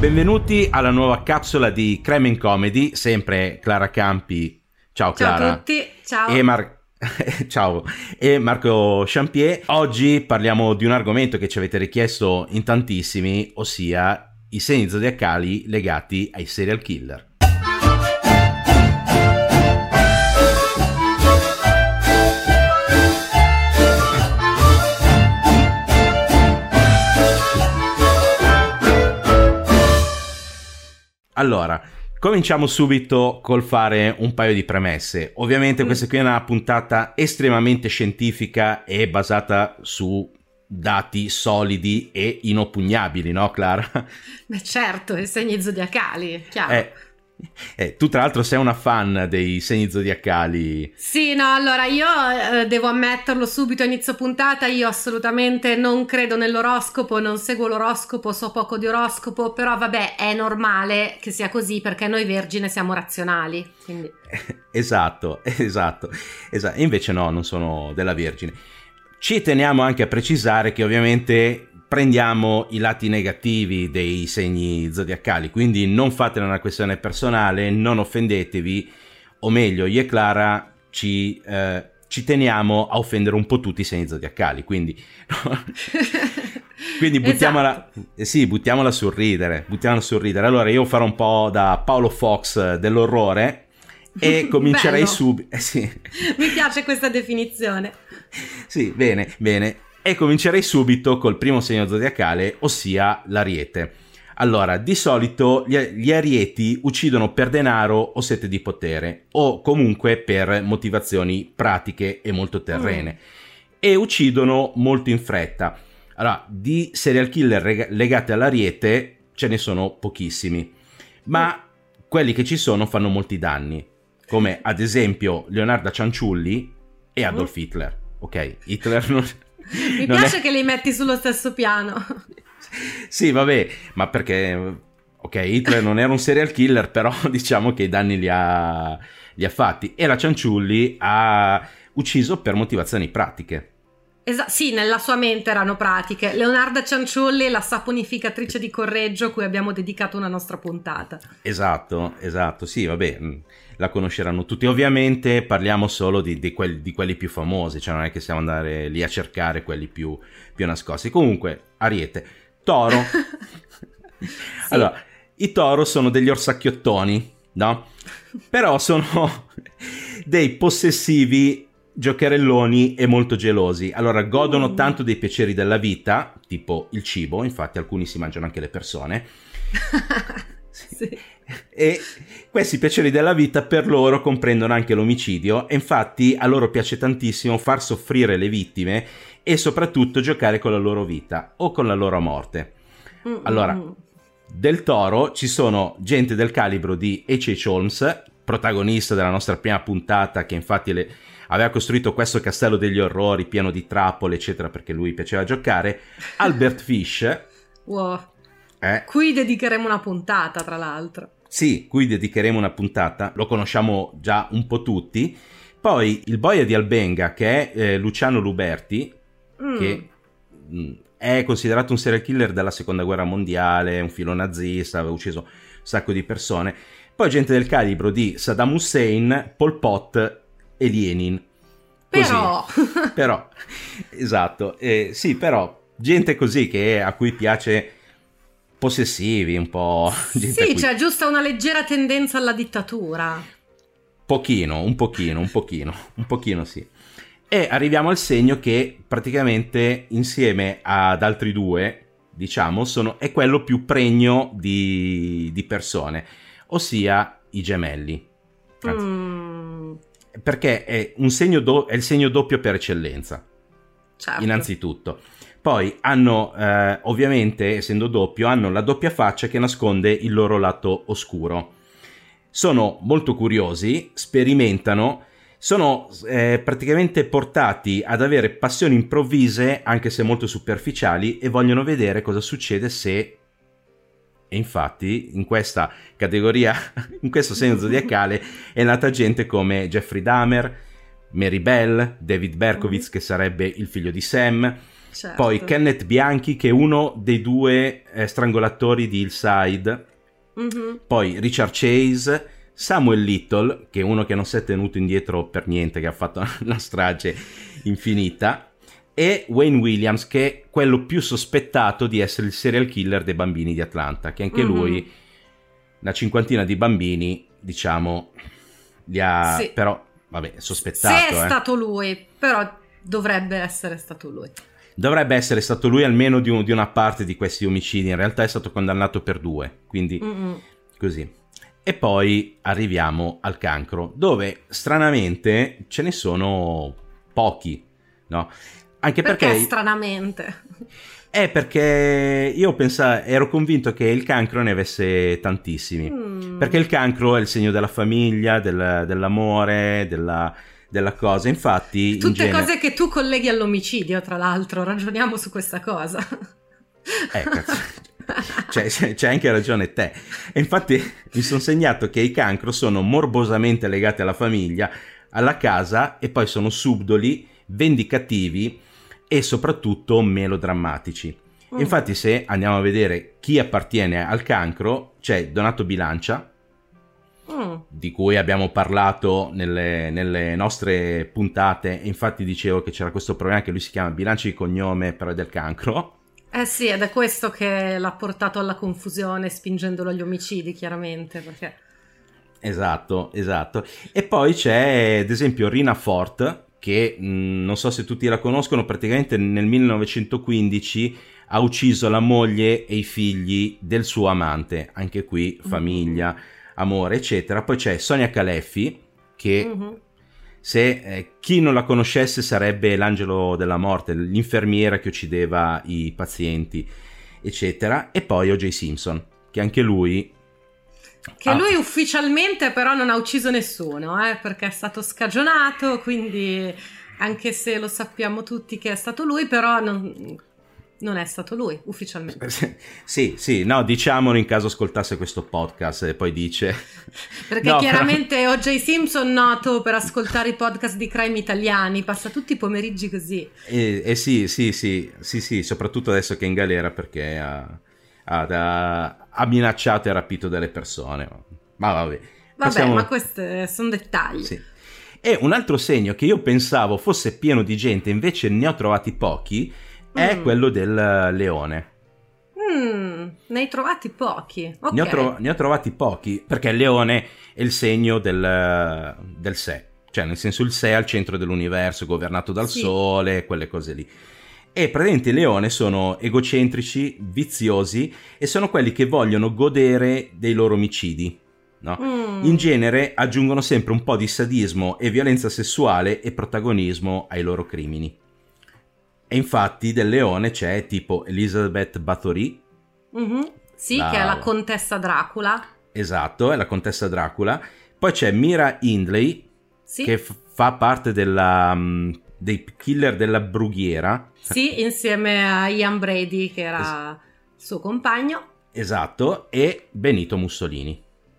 Benvenuti alla nuova capsula di Crime and Comedy, sempre Clara Campi. Ciao Clara. Ciao a tutti, ciao. Ciao, e Marco Champier. Oggi parliamo di un argomento che ci avete richiesto in tantissimi, ossia i segni zodiacali legati ai serial killer. Allora, cominciamo subito col fare un paio di premesse. Ovviamente questa qui è una puntata estremamente scientifica e basata su dati solidi e inoppugnabili, no Clara? Beh certo, i segni zodiacali, chiaro. Tu tra l'altro sei una fan dei segni zodiacali. Sì, no, allora io devo ammetterlo subito a inizio puntata, io assolutamente non credo nell'oroscopo, non seguo l'oroscopo, so poco di oroscopo, però vabbè, è normale che sia così perché noi vergine siamo razionali, quindi... Esatto. Invece no, non sono della Vergine. Ci teniamo anche a precisare che ovviamente prendiamo i lati negativi dei segni zodiacali, quindi non fatela una questione personale, non offendetevi, o meglio, io e Clara ci teniamo a offendere un po' tutti i segni zodiacali, quindi buttiamola, esatto. Buttiamola sul ridere. Allora io farò un po' da Paolo Fox dell'orrore e comincerei subito. Sì. Mi piace questa definizione. Sì, bene. E comincerei subito col primo segno zodiacale, ossia l'Ariete. Allora, di solito gli Arieti uccidono per denaro o sete di potere, o comunque per motivazioni pratiche e molto terrene, e uccidono molto in fretta. Allora, di serial killer legati all'Ariete ce ne sono pochissimi, ma quelli che ci sono fanno molti danni, come ad esempio Leonardo Cianciulli e Adolf Hitler. Ok, Hitler non... Mi piace che li metti sullo stesso piano. Sì, vabbè, ma perché... Ok, Hitler non era un serial killer, però diciamo che i danni li ha fatti. E la Cianciulli ha ucciso per motivazioni pratiche. Sì, nella sua mente erano pratiche. Leonardo Cianciulli, la saponificatrice di Correggio, cui abbiamo dedicato una nostra puntata. Esatto, sì, vabbè, la conosceranno tutti. Ovviamente parliamo solo di quelli più famosi, cioè non è che stiamo andare lì a cercare quelli più nascosti. Comunque, Ariete, Toro. Sì. Allora, i Toro sono degli orsacchiottoni, no? Però sono dei possessivi, giocherelloni e molto gelosi. Allora godono tanto dei piaceri della vita, tipo il cibo, infatti alcuni si mangiano anche le persone. Sì. E questi piaceri della vita per loro comprendono anche l'omicidio, e infatti a loro piace tantissimo far soffrire le vittime e soprattutto giocare con la loro vita o con la loro morte. Allora, del Toro ci sono gente del calibro di H.H. Holmes, protagonista della nostra prima puntata, che infatti aveva costruito questo castello degli orrori pieno di trappole eccetera perché lui piaceva giocare. Albert Fish, wow. Cui dedicheremo una puntata, tra l'altro. Sì, cui dedicheremo una puntata, lo conosciamo già un po' tutti. Poi il boia di Albenga, che è Luciano Luberti, che è considerato un serial killer della seconda guerra mondiale, un filo nazista, aveva ucciso un sacco di persone. Poi gente del calibro di Saddam Hussein, Pol Pot e Lenin. Però esatto, sì, però gente così a cui piace possessivi, un po'... Sì, c'è giusto una leggera tendenza alla dittatura. Un pochino sì. E arriviamo al segno che praticamente insieme ad altri due, diciamo, è quello più pregno di persone, ossia i gemelli. Perché è un segno è il segno doppio per eccellenza. Certo. Innanzitutto. Poi hanno, ovviamente, essendo doppio, hanno la doppia faccia che nasconde il loro lato oscuro. Sono molto curiosi, sperimentano, sono praticamente portati ad avere passioni improvvise, anche se molto superficiali, e vogliono vedere cosa succede se... E infatti in questa categoria, in questo segno zodiacale, è nata gente come Jeffrey Dahmer, Mary Bell, David Berkowitz, che sarebbe il figlio di Sam, Certo. Poi Kenneth Bianchi, che è uno dei due strangolatori di Hillside. Poi Richard Chase, Samuel Little, che è uno che non si è tenuto indietro per niente, che ha fatto una strage infinita, e Wayne Williams, che è quello più sospettato di essere il serial killer dei bambini di Atlanta, che anche lui una cinquantina di bambini, diciamo, li ha, sì. Però vabbè, è sospettato. Se è stato lui, però dovrebbe essere stato lui. Dovrebbe essere stato lui almeno di una parte di questi omicidi. In realtà è stato condannato per 2, quindi così. E poi arriviamo al cancro, dove stranamente ce ne sono pochi, no? Anche perché stranamente? Perché io ero convinto che il cancro ne avesse tantissimi. Perché il cancro è il segno della famiglia, dell'amore, della cosa. Infatti, tutte cose che tu colleghi all'omicidio, tra l'altro. Ragioniamo su questa cosa. C'è anche ragione te. E infatti mi sono segnato che i cancro sono morbosamente legati alla famiglia, alla casa, e poi sono subdoli, vendicativi e soprattutto melodrammatici. Infatti, se andiamo a vedere chi appartiene al cancro, c'è Donato Bilancia, di cui abbiamo parlato nelle nostre puntate. Infatti dicevo che c'era questo problema, che lui si chiama Bilancia di cognome, però è del cancro. Sì, ed è questo che l'ha portato alla confusione, spingendolo agli omicidi, chiaramente, perché... Esatto. E poi c'è, ad esempio, Rina Fort, che non so se tutti la conoscono. Praticamente nel 1915 ha ucciso la moglie e i figli del suo amante. Anche qui famiglia, amore, eccetera. Poi c'è Sonia Caleffi, che se chi non la conoscesse sarebbe l'angelo della morte, l'infermiera che uccideva i pazienti, eccetera. E poi O.J. Simpson, che anche lui... lui ufficialmente però non ha ucciso nessuno, perché è stato scagionato, quindi anche se lo sappiamo tutti che è stato lui, però non è stato lui ufficialmente. Sì, no, diciamolo in caso ascoltasse questo podcast e poi dice... Perché no, chiaramente però... O.J. Simpson, noto per ascoltare i podcast di crime italiani, passa tutti i pomeriggi così. Sì, soprattutto adesso che è in galera, perché ha minacciato e rapito delle persone. Ma vabbè, ma questi sono dettagli. Sì. E un altro segno che io pensavo fosse pieno di gente, invece ne ho trovati pochi, è quello del leone. Ne hai trovati pochi? Okay. Ne ho trovati pochi, perché il leone è il segno del sé, cioè nel senso il sé è al centro dell'universo, governato dal sole, quelle cose lì. E praticamente i leoni sono egocentrici, viziosi, e sono quelli che vogliono godere dei loro omicidi, no? In genere aggiungono sempre un po' di sadismo e violenza sessuale e protagonismo ai loro crimini. E infatti del leone c'è tipo Elizabeth Bathory. Che è la contessa Dracula. Esatto, è la contessa Dracula. Poi c'è Mira Hindley, che fa parte dei killer della brughiera. Sì, insieme a Ian Brady, che era suo compagno. Esatto, e Benito Mussolini.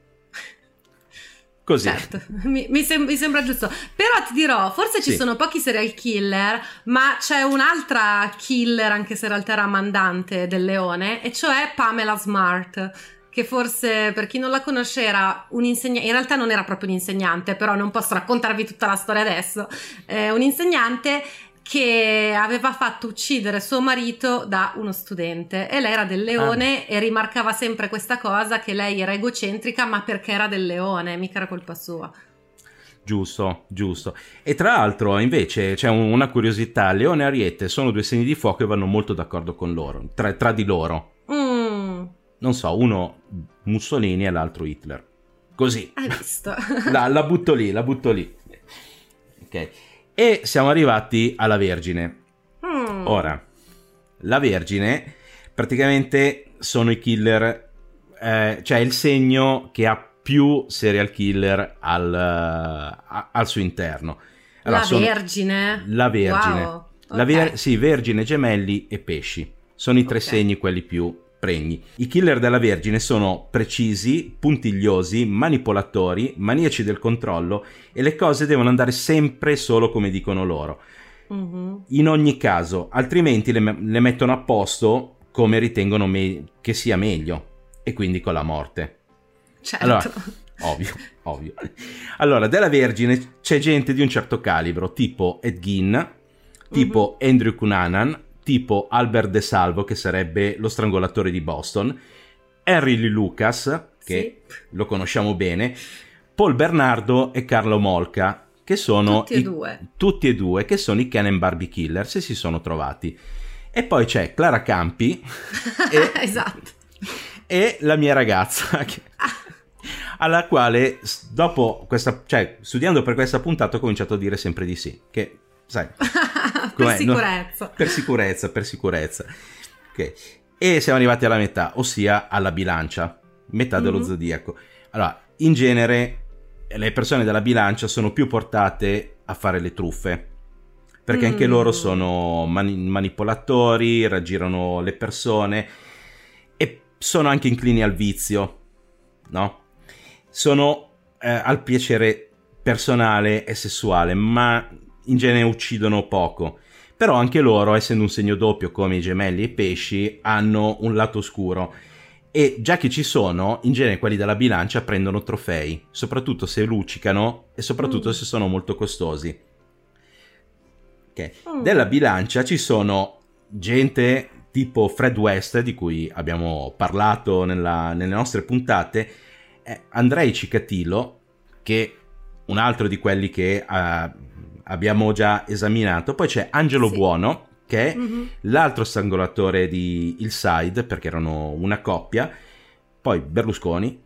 Così. Certo, mi sembra giusto. Però ti dirò, forse ci sono pochi serial killer, ma c'è un'altra killer, anche se in realtà era mandante del leone, e cioè Pamela Smart, che forse per chi non la conosce era un insegnante. In realtà non era proprio un insegnante, però non posso raccontarvi tutta la storia adesso. Un insegnante che aveva fatto uccidere suo marito da uno studente, e lei era del leone e rimarcava sempre questa cosa, che lei era egocentrica, ma perché era del leone, mica era colpa sua. Giusto. E tra l'altro invece c'è una curiosità: Leone e Ariete sono due segni di fuoco e vanno molto d'accordo con loro, tra di loro. Non so, uno Mussolini e l'altro Hitler. Così. Hai visto? la butto lì. Ok. E siamo arrivati alla Vergine. Ora, la Vergine praticamente sono i killer, cioè il segno che ha più serial killer al suo interno. Allora, la Vergine. Wow. Okay. Vergine, gemelli e pesci. Sono i tre segni quelli più pregni. I killer della Vergine sono precisi, puntigliosi, manipolatori, maniaci del controllo, e le cose devono andare sempre solo come dicono loro. In ogni caso, altrimenti le mettono a posto come ritengono che sia meglio, e quindi con la morte. Certo. Allora, ovvio. Allora, della Vergine c'è gente di un certo calibro, tipo Ed Gein, tipo Andrew Cunanan, tipo Albert De Salvo, che sarebbe lo strangolatore di Boston, Henry Lee Lucas, che lo conosciamo bene, Paul Bernardo e Carlo Molca, che sono tutti e due, che sono i Ken and Barbie Killer, se si sono trovati. E poi c'è Clara Campi esatto. E la mia ragazza alla quale dopo studiando per questa puntata ho cominciato a dire sempre di sì, che sai per sicurezza. Per sicurezza. Okay. E siamo arrivati alla metà, ossia alla bilancia, metà dello zodiaco. Allora, in genere le persone della bilancia sono più portate a fare le truffe, perché anche loro sono manipolatori, raggirano le persone e sono anche inclini al vizio, no? Sono al piacere personale e sessuale, ma in genere uccidono poco. Però anche loro, essendo un segno doppio come i gemelli e i pesci, hanno un lato oscuro. E già che ci sono, in genere quelli della bilancia prendono trofei, soprattutto se luccicano e soprattutto se sono molto costosi. Okay. Della bilancia ci sono gente tipo Fred West, di cui abbiamo parlato nelle nostre puntate, Andrei Cicatillo, che un altro di quelli che abbiamo già esaminato. Poi c'è Angelo Buono, che è l'altro strangolatore di Hillside, perché erano una coppia. Poi Berlusconi.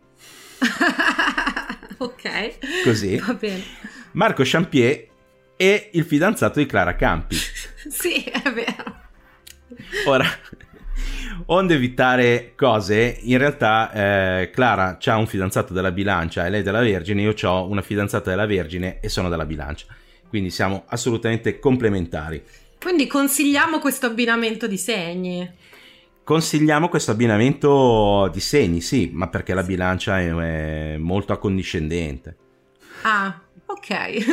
Ok. Così. Va bene. Marco Champier e il fidanzato di Clara Campi. Sì, è vero. Ora, onde evitare cose, in realtà Clara c'ha un fidanzato della bilancia e lei della Vergine, io c'ho una fidanzata della Vergine e sono della bilancia. Quindi siamo assolutamente complementari. Quindi consigliamo questo abbinamento di segni? Consigliamo questo abbinamento di segni, sì, ma perché la bilancia è molto accondiscendente. Ah, ok.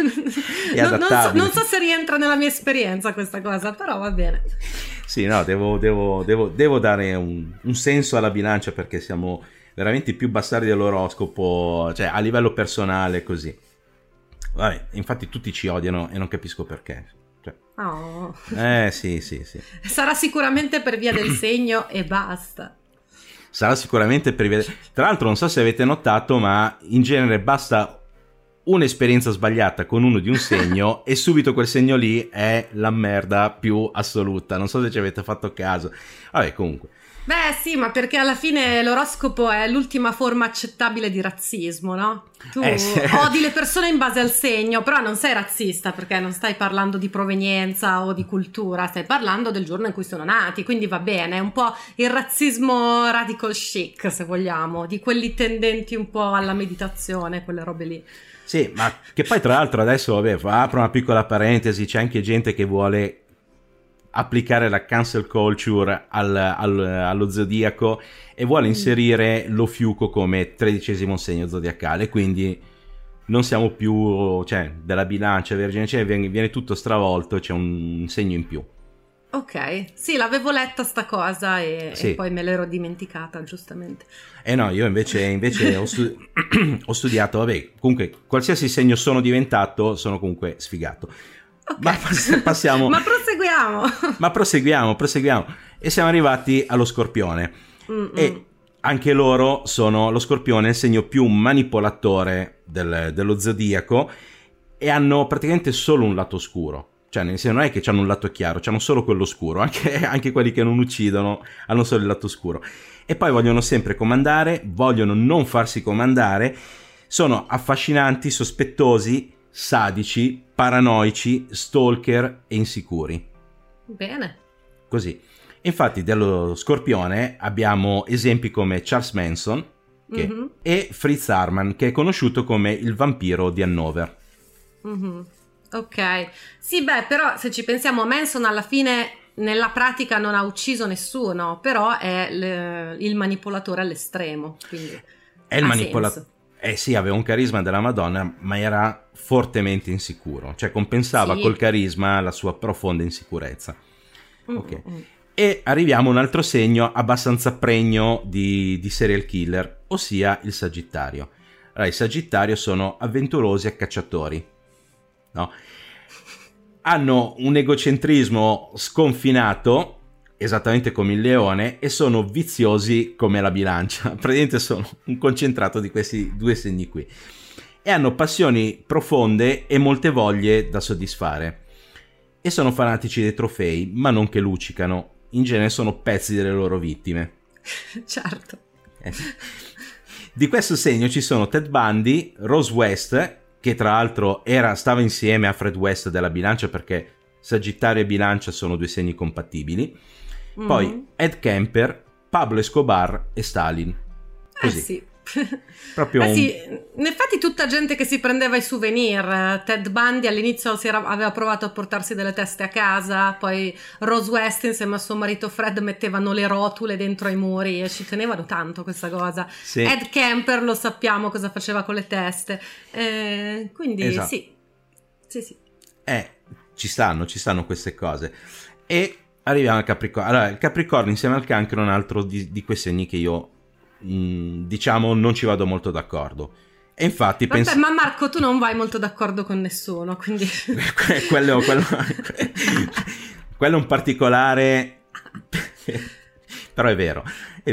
Non so se rientra nella mia esperienza questa cosa, però va bene. Sì, no, devo dare un senso alla bilancia, perché siamo veramente i più bastardi dell'oroscopo, cioè a livello personale così. Vabbè, infatti tutti ci odiano e non capisco perché. Oh. Sì. Sarà sicuramente per via del segno e basta. Sarà sicuramente per via. Tra l'altro non so se avete notato, ma in genere basta un'esperienza sbagliata con uno di un segno e subito quel segno lì è la merda più assoluta. Non so se ci avete fatto caso. Vabbè, comunque. Beh sì, ma perché alla fine l'oroscopo è l'ultima forma accettabile di razzismo, no? Tu odi le persone in base al segno, però non sei razzista, perché non stai parlando di provenienza o di cultura, stai parlando del giorno in cui sono nati, quindi va bene, è un po' il razzismo radical chic, se vogliamo, di quelli tendenti un po' alla meditazione, quelle robe lì. Sì, ma che poi tra l'altro adesso, apro una piccola parentesi, c'è anche gente che vuole applicare la cancel culture allo zodiaco e vuole inserire lo fiuco come 13° segno zodiacale, quindi non siamo più, della bilancia, Vergine, viene tutto stravolto, c'è un segno in più. Ok, sì, l'avevo letta sta cosa e poi me l'ero dimenticata, giustamente. No, io invece ho studiato, vabbè, comunque qualsiasi segno sono diventato, sono comunque sfigato. Okay. Ma passiamo. Ma proseguiamo. Proseguiamo. E siamo arrivati allo Scorpione. E anche loro sono lo Scorpione, il segno più manipolatore dello zodiaco, e hanno praticamente solo un lato oscuro. Cioè, non è che hanno un lato chiaro, hanno solo quello oscuro. Anche quelli che non uccidono hanno solo il lato oscuro. E poi vogliono sempre comandare, vogliono non farsi comandare, sono affascinanti, sospettosi, sadici, paranoici, stalker e insicuri. Bene. Così. Infatti dello Scorpione abbiamo esempi come Charles Manson e Fritz Harman, che è conosciuto come il vampiro di Hannover. Ok. Sì, beh, però se ci pensiamo, Manson alla fine nella pratica non ha ucciso nessuno, però è il manipolatore all'estremo, quindi è sì, aveva un carisma della Madonna, ma era fortemente insicuro, cioè compensava col carisma la sua profonda insicurezza. Ok. E arriviamo a un altro segno abbastanza pregno di serial killer, ossia il Sagittario. Allora, i Sagittario sono avventurosi e cacciatori, no? Hanno un egocentrismo sconfinato, esattamente come il Leone, e sono viziosi come la Bilancia. Praticamente sono un concentrato di questi due segni qui. E hanno passioni profonde e molte voglie da soddisfare. E sono fanatici dei trofei, ma non che luccicano. In genere sono pezzi delle loro vittime. Certo. Di questo segno ci sono Ted Bundy, Rose West, che tra l'altro stava insieme a Fred West della Bilancia, perché Sagittario e Bilancia sono due segni compatibili. Poi Ed Kemper, Pablo Escobar e Stalin. Così. Sì. Proprio sì, in effetti tutta gente che si prendeva i souvenir. Ted Bundy all'inizio aveva provato a portarsi delle teste a casa, poi Rose West insieme a suo marito Fred mettevano le rotule dentro ai muri e ci tenevano tanto questa cosa. Sì. Ed Kemper lo sappiamo cosa faceva con le teste, quindi esatto. sì. Ci stanno queste cose. E arriviamo al Capricorno. Allora, il Capricorno insieme al Cancro è un altro di quei segni che io diciamo non ci vado molto d'accordo, e infatti ma Marco, tu non vai molto d'accordo con nessuno, quindi quello è un particolare però è vero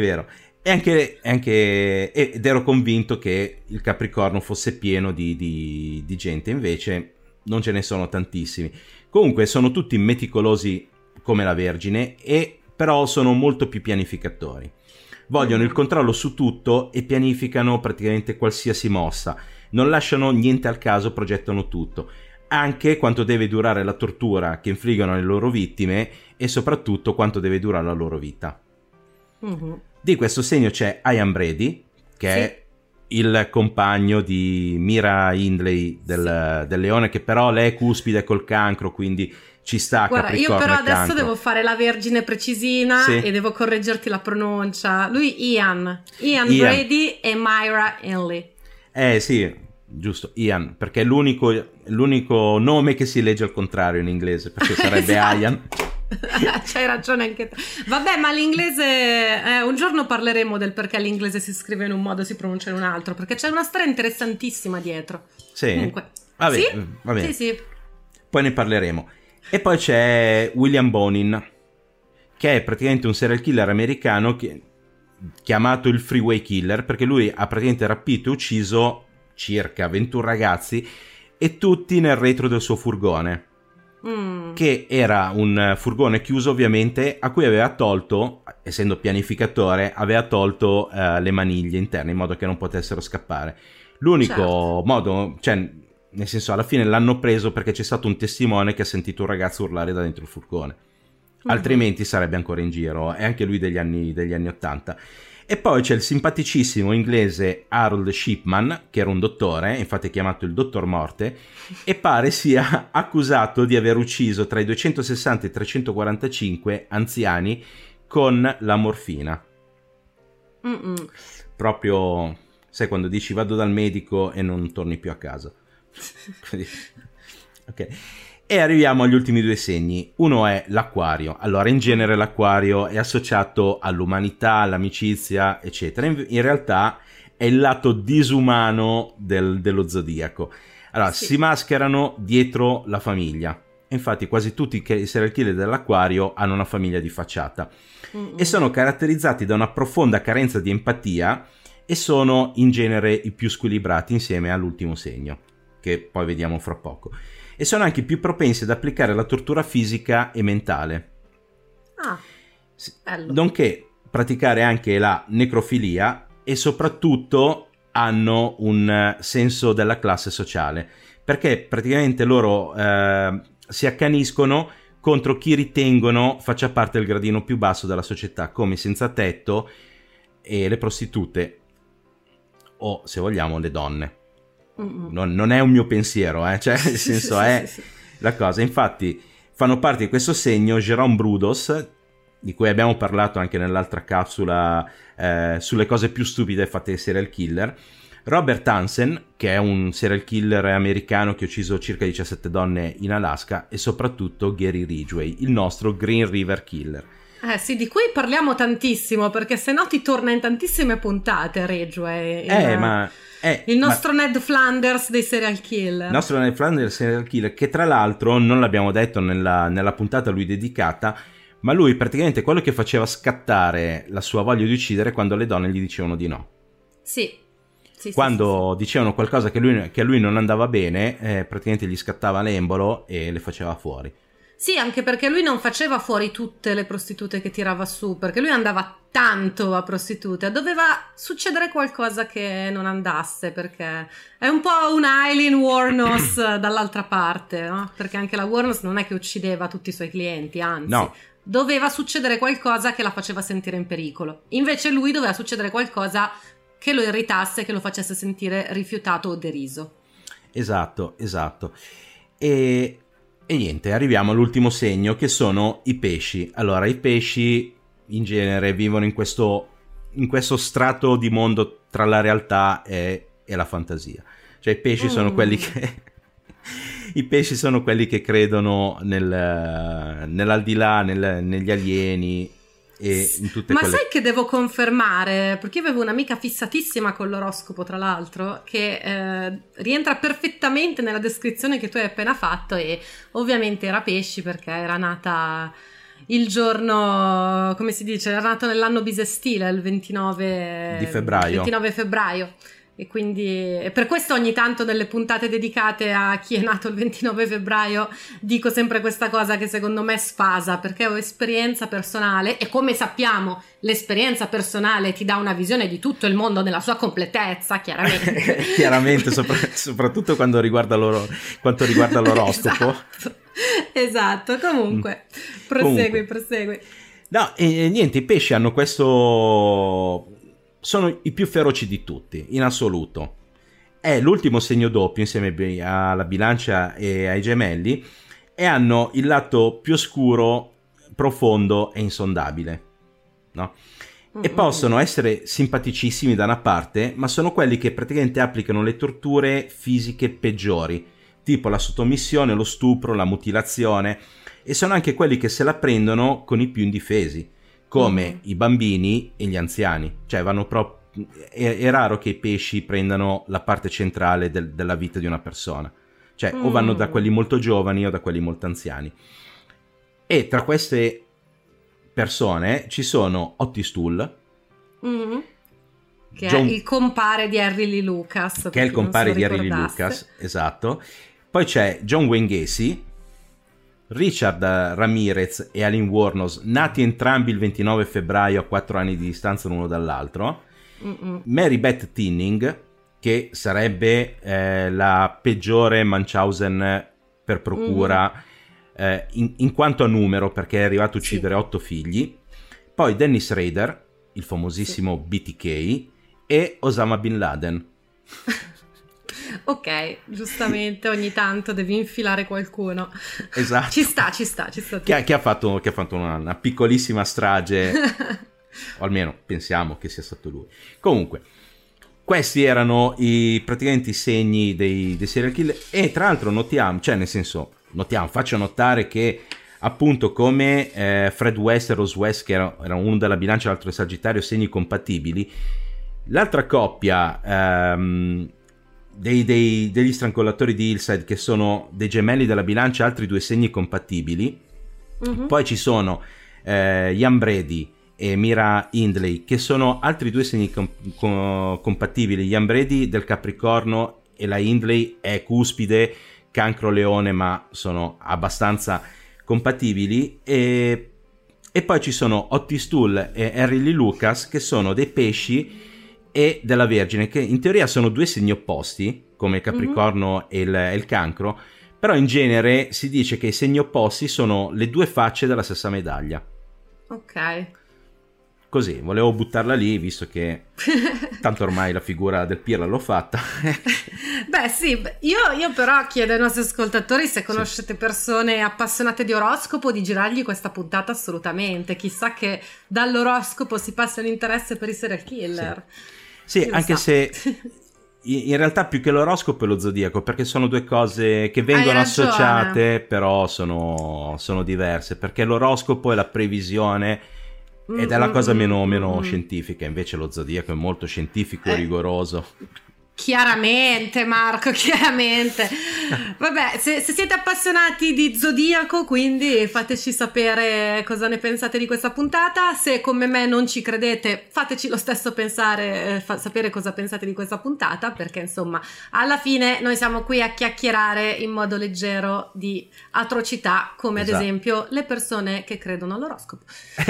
e anche ed ero convinto che il Capricorno fosse pieno di gente, invece non ce ne sono tantissimi. Comunque sono tutti meticolosi come la Vergine, e però sono molto più pianificatori. Vogliono il controllo su tutto e pianificano praticamente qualsiasi mossa. Non lasciano niente al caso, progettano tutto. Anche quanto deve durare la tortura che infliggono alle loro vittime, e soprattutto quanto deve durare la loro vita. Di questo segno c'è Ian Brady, che è il compagno di Mira Hindley del Leone, che però lei è cuspide col Cancro, quindi ci sta. Guarda, Capricorno, io però adesso Cancro. devo fare la Vergine precisina e devo correggerti la pronuncia. Lui Ian Brady e Myra Hindley. Sì, giusto, Ian, perché è l'unico nome che si legge al contrario in inglese, perché sarebbe esatto. Ian. C'hai ragione anche te. Vabbè, ma l'inglese un giorno parleremo del perché l'inglese si scrive in un modo e si pronuncia in un altro, perché c'è una storia interessantissima dietro. Sì. Comunque, va bene. Sì. Poi ne parleremo. E poi c'è William Bonin, che è praticamente un serial killer americano chiamato il Freeway Killer, perché lui ha praticamente rapito e ucciso circa 21 ragazzi, e tutti nel retro del suo furgone, che era un furgone chiuso ovviamente, a cui aveva tolto, essendo pianificatore, aveva tolto le maniglie interne in modo che non potessero scappare. L'unico modo, cioè nel senso, alla fine l'hanno preso perché c'è stato un testimone che ha sentito un ragazzo urlare da dentro il furgone, altrimenti sarebbe ancora in giro. È anche lui degli anni 80. E poi c'è il simpaticissimo inglese Harold Shipman, che era un dottore, infatti è chiamato il Dottor Morte, e pare sia accusato di aver ucciso tra i 260 e i 345 anziani con la morfina. Proprio, sai, quando dici vado dal medico e non torni più a casa. Ok. E arriviamo agli ultimi due segni. Uno è l'Acquario. Allora, in genere l'Acquario è associato all'umanità, all'amicizia, eccetera. In realtà è il lato disumano dello zodiaco. Allora, si mascherano dietro la famiglia. Infatti quasi tutti i serial killer dell'Acquario hanno una famiglia di facciata e sono caratterizzati da una profonda carenza di empatia, e sono in genere i più squilibrati insieme all'ultimo segno, che poi vediamo fra poco, e sono anche più propensi ad applicare la tortura fisica e mentale, bello. nonché praticare anche la necrofilia, e soprattutto hanno un senso della classe sociale, perché praticamente loro si accaniscono contro chi ritengono faccia parte del gradino più basso della società, come i senza tetto e le prostitute, o se vogliamo le donne. Non è un mio pensiero, cioè nel senso è la cosa. Infatti fanno parte di questo segno Jérôme Brudos, di cui abbiamo parlato anche nell'altra capsula sulle cose più stupide fatte dai serial killer, Robert Hansen, che è un serial killer americano che ha ucciso circa 17 donne in Alaska, e soprattutto Gary Ridgway, il nostro Green River Killer. Sì, di cui parliamo tantissimo, perché se no ti torna in tantissime puntate Ridgway. Il nostro Ned Flanders dei serial killer. Il nostro Ned Flanders serial killer, che tra l'altro non l'abbiamo detto nella puntata a lui dedicata, ma lui praticamente è quello che faceva scattare la sua voglia di uccidere quando le donne gli dicevano di no. Sì. Quando dicevano qualcosa che a lui non andava bene, praticamente gli scattava l'embolo e le faceva fuori. Sì, anche perché lui non faceva fuori tutte le prostitute che tirava su, perché lui andava tanto a prostitute, doveva succedere qualcosa che non andasse, perché è un po' una Eileen Wuornos dall'altra parte, no? Perché anche la Wuornos non è che uccideva tutti i suoi clienti, anzi, no. Doveva succedere qualcosa che la faceva sentire in pericolo. Invece lui doveva succedere qualcosa che lo irritasse, che lo facesse sentire rifiutato o deriso. Esatto. E niente, arriviamo all'ultimo segno, che sono i pesci. Allora, i pesci in genere vivono in questo strato di mondo tra la realtà e la fantasia. Cioè i pesci sono quelli che credono nell'aldilà, negli alieni e in tutte quelle... Ma sai che devo confermare, perché io avevo un'amica fissatissima con l'oroscopo, tra l'altro, che rientra perfettamente nella descrizione che tu hai appena fatto, e ovviamente era pesci perché era nata il giorno, come si dice, era nato nell'anno bisestile, il 29 di febbraio. 29 febbraio. E quindi per questo ogni tanto nelle puntate dedicate a chi è nato il 29 febbraio dico sempre questa cosa che secondo me sfasa, perché ho esperienza personale, e come sappiamo l'esperienza personale ti dà una visione di tutto il mondo nella sua completezza, chiaramente soprattutto quando riguarda l'oroscopo. Esatto. Comunque prosegui. No, e niente, i pesci hanno questo... sono i più feroci di tutti, in assoluto. È l'ultimo segno doppio insieme alla bilancia e ai gemelli, e hanno il lato più oscuro, profondo e insondabile, no? E possono essere simpaticissimi da una parte, ma sono quelli che praticamente applicano le torture fisiche peggiori, tipo la sottomissione, lo stupro, la mutilazione, e sono anche quelli che se la prendono con i più indifesi, come i bambini e gli anziani. Cioè vanno proprio... è raro che i pesci prendano la parte centrale della vita di una persona. Cioè o vanno da quelli molto giovani o da quelli molto anziani. E tra queste persone ci sono Otis Toole, che è il compare di Harry Lee Lucas. Che è il compare di Harry Lee Lucas, esatto. Poi c'è John Wayne Gacy, Richard Ramirez e Eileen Wuornos, nati entrambi il 29 febbraio a 4 anni di distanza l'uno dall'altro. Mary Beth Tinning, che sarebbe la peggiore Munchausen per procura in quanto a numero, perché è arrivato a uccidere 8 figli. Poi Dennis Rader, il famosissimo BTK, e Osama Bin Laden. Ok, giustamente ogni tanto devi infilare qualcuno. Esatto. Ci sta. Che ha fatto una piccolissima strage, o almeno pensiamo che sia stato lui. Comunque, questi erano praticamente i segni dei serial killer. E tra l'altro faccio notare che appunto come Fred West e Rose West, che era uno della bilancia e l'altro del Sagittario, segni compatibili, l'altra coppia degli strangolatori di Hillside, che sono dei gemelli della bilancia, altri due segni compatibili. Poi ci sono Ian Brady e Mira Hindley, che sono altri due segni compatibili. Ian Brady del Capricorno e la Hindley è Cuspide, Cancro Leone, ma sono abbastanza compatibili. E poi ci sono Otis Toole e Harry Lee Lucas, che sono dei pesci e della Vergine, che in teoria sono due segni opposti, come il Capricorno e il Cancro, però in genere si dice che i segni opposti sono le due facce della stessa medaglia. Ok. Così, volevo buttarla lì, visto che tanto ormai la figura del Pirla l'ho fatta. Beh sì, io però chiedo ai nostri ascoltatori se conoscete persone appassionate di oroscopo, di girargli questa puntata assolutamente. Chissà che dall'oroscopo si passa l'interesse per i serial killer. Sì, anche se in realtà più che l'oroscopo è lo zodiaco, perché sono due cose che vengono associate, però sono diverse, perché l'oroscopo è la previsione ed è la cosa meno scientifica, invece lo zodiaco è molto scientifico, rigoroso. Chiaramente Marco, chiaramente. Vabbè, se siete appassionati di zodiaco, quindi fateci sapere cosa ne pensate di questa puntata. Se come me non ci credete, fateci lo stesso sapere cosa pensate di questa puntata, perché insomma alla fine noi siamo qui a chiacchierare in modo leggero di atrocità, come ad esempio le persone che credono all'oroscopo.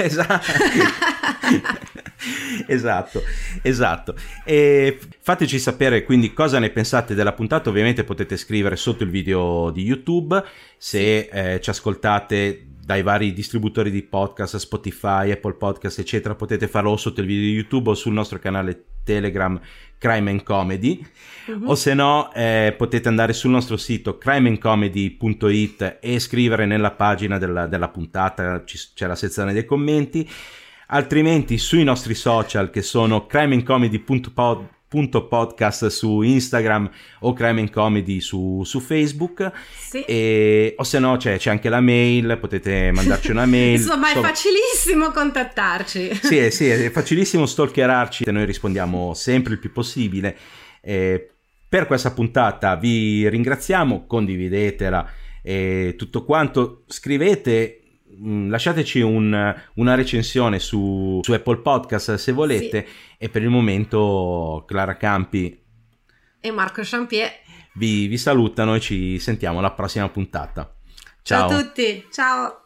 Esatto. E fateci sapere quindi cosa ne pensate della puntata. Ovviamente potete scrivere sotto il video di YouTube. Se ci ascoltate dai vari distributori di podcast, Spotify, Apple Podcast eccetera, potete farlo sotto il video di YouTube o sul nostro canale Telegram Crime and Comedy, o se no potete andare sul nostro sito crimeandcomedy.it e scrivere nella pagina della puntata, c'è la sezione dei commenti. Altrimenti sui nostri social, che sono crimeandcomedy.podcast su Instagram o Crime and Comedy su Facebook, o se no c'è anche la mail, potete mandarci una mail. Insomma è facilissimo contattarci. Sì, è facilissimo stalkerarci, noi rispondiamo sempre il più possibile. Per questa puntata vi ringraziamo, condividetela e tutto quanto, scrivete, lasciateci una recensione su Apple Podcast se volete, e per il momento Clara Campi e Marco Champier vi salutano e ci sentiamo alla prossima puntata. Ciao a tutti, ciao.